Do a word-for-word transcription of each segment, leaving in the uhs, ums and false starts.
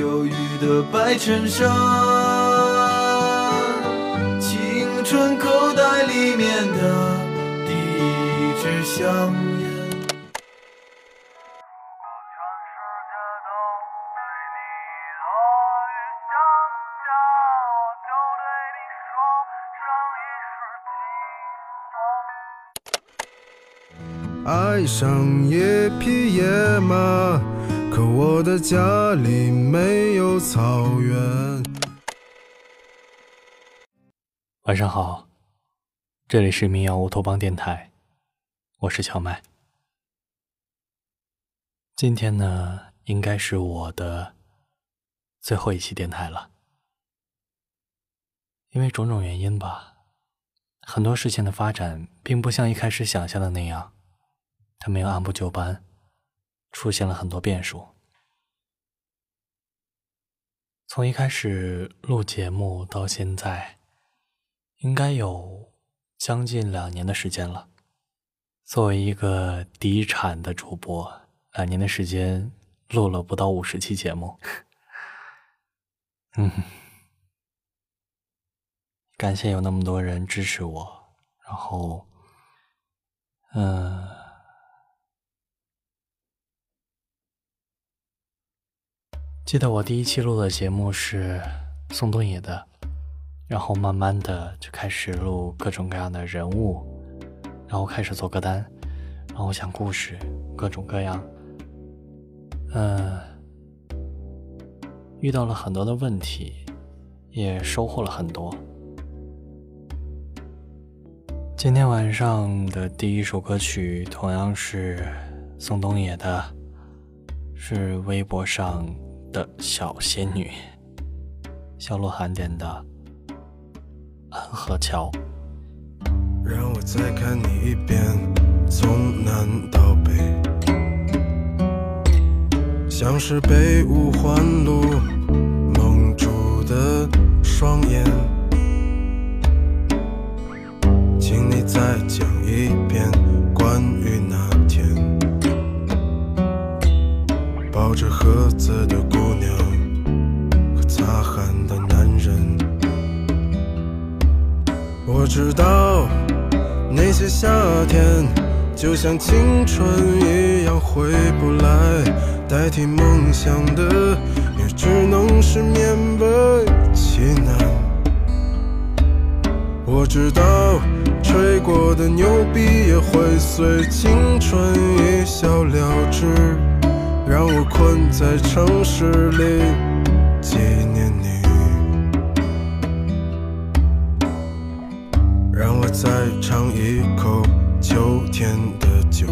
忧郁的白衬衫，青春口袋里面的第一支香烟。 爱上一匹野马，可我的家里没有草原。 晚上好，这里是民谣乌托邦电台，我是小麦。今天呢，应该是我的最后一期电台了。因为种种原因吧，很多事情的发展并不像一开始想象的那样，它没有按部就班，出现了很多变数。从一开始录节目到现在，应该有将近两年的时间了。作为一个低产的主播，两年的时间录了不到五十期节目。嗯，感谢有那么多人支持我，然后，嗯、呃。记得我第一期录的节目是宋冬野的，然后慢慢的就开始录各种各样的人物，然后开始做歌单，然后讲故事，各种各样。嗯，遇到了很多的问题，也收获了很多。今天晚上的第一首歌曲同样是宋冬野的，是微博上的小仙女小鹿晗点的安河桥。 让我再看你一遍，从南到北，像是被五环路蒙住的双眼，请你再讲一遍关于那天抱着盒子的姑娘和擦汗的男人。我知道那些夏天就像青春一样回不来，代替梦想的也只能是勉为其难。我知道吹过的牛逼也会随青春一笑了之，让我困在城市里纪念你，让我再尝一口秋天的酒，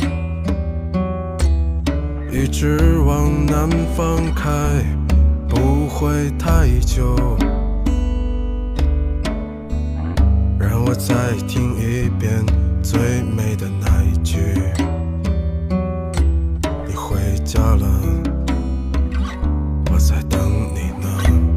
一直往南方开，不会太久，让我再听一遍最美的那一句，你回家了，我在等你呢。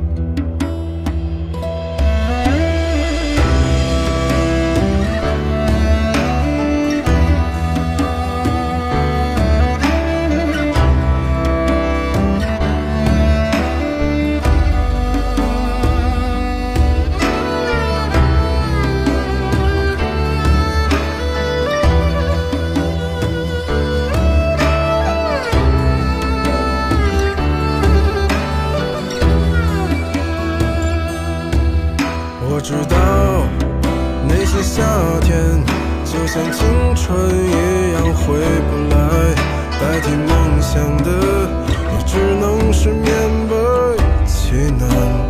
我知道那些夏天就像青春一样回不来，代替梦想的也只能是勉为其难。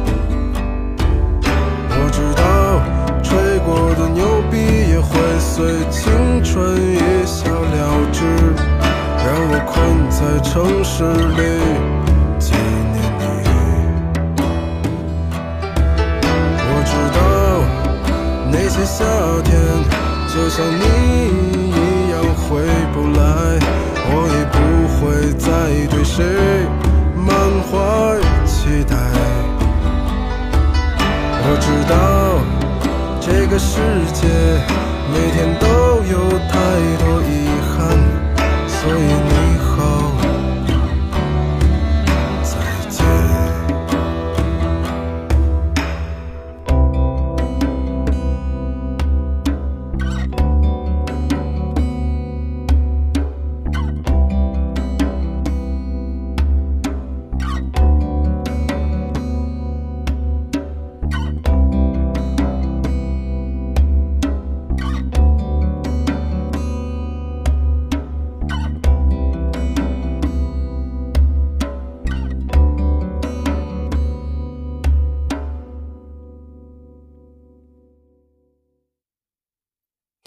我知道吹过的牛逼也会随青春一笑了之，让我困在城市里纪念你。我知道那些夏天就像你一样回不来，我也不会再对谁满怀期待。我知道这个世界每天都有太多遗憾，所以你好，再见。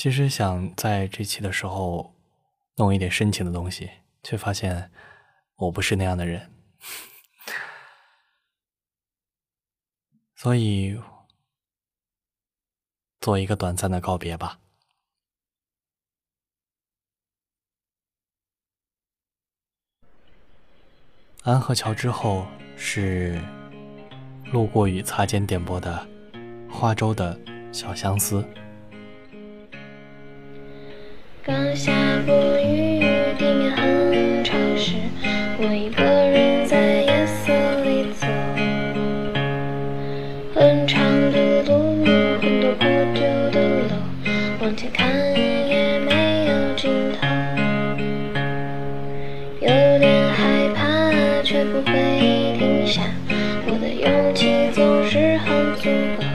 其实想在这期的时候弄一点深情的东西，却发现我不是那样的人，所以做一个短暂的告别吧。安河桥之后是路过与擦肩点播的花粥的小相思。 刚下过雨，地面很潮湿，我一个人在夜色里走，很长的路，很多破旧的楼，往前看也没有尽头，有点害怕却不会停下，我的勇气总是很足够。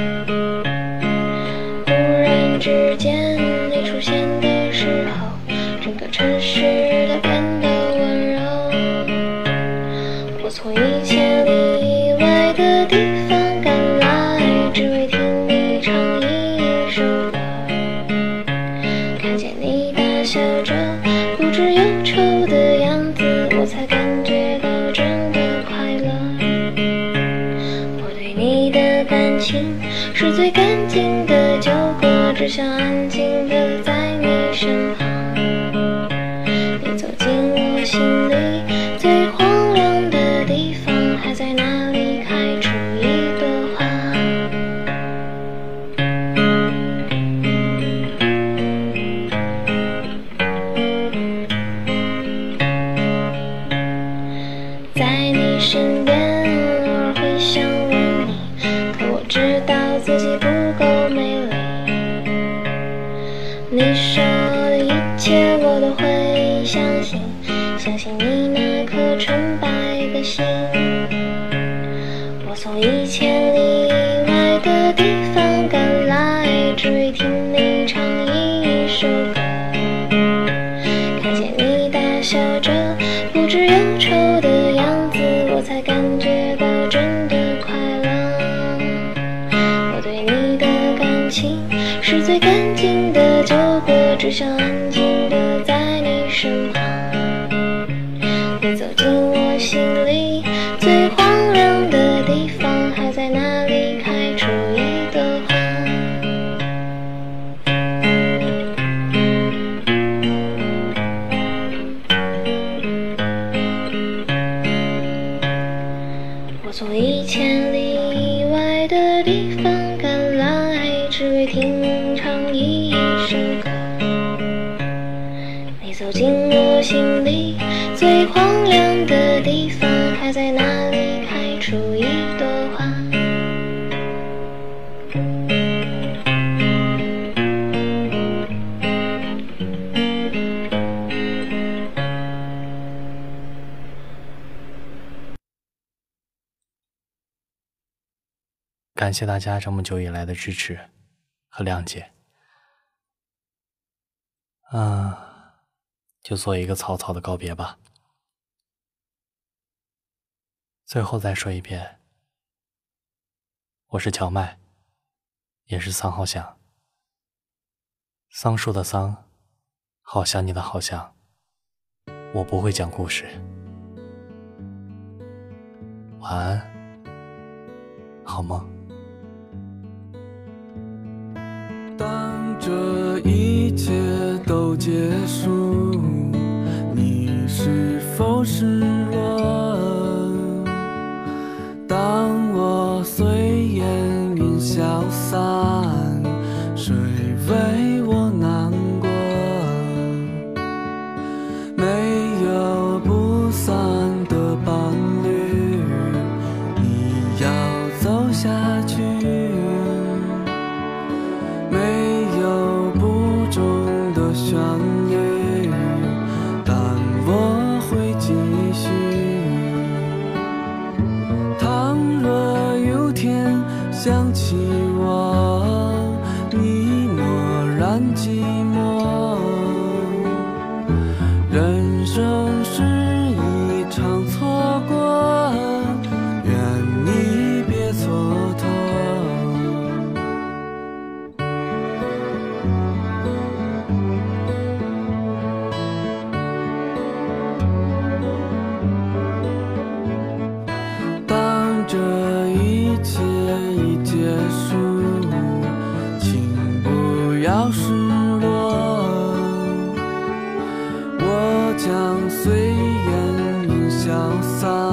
忽然之间你出现的时候，整个城市都变得温柔，我从一千里以外的地方赶来，只为听你唱一首歌，看见你大笑着不知忧愁的样子，我才感觉到真的快乐。我对你的感情是最干净的酒过，只想安静的在你身旁，你走进我心里最荒凉的地方，还在那里开出一朵花。在你身边偶尔会想问你，可我知道自己不够美丽，你说的一切我都会相信，相信你那颗纯白的心。我从一千里以外的地方赶来，只为听你唱一首歌，看见你大笑着不知忧愁的样子，我才感觉到真的快乐。我对你的感情是最干净的酒过，只想安静的在你身旁，你走进我心里最荒凉的地方，还在那里开出一朵花。我从一千里以外的地方赶来，只为听你唱一首歌，你走进我心里最荒凉的地方，还在那里开出一朵花。 感谢大家这么久以来的支持和谅解。啊，就做一个草草的告别吧。最后再说一遍，我是荞麦，也是桑好想。桑树的桑，好想你的好想。我不会讲故事。晚安，好梦。 当这一切都结束，你是否失落？当我随烟云消散，谁为我难过？没有不散的伴侣，你要走下去。没有不终的旋律，但我会继续。 散。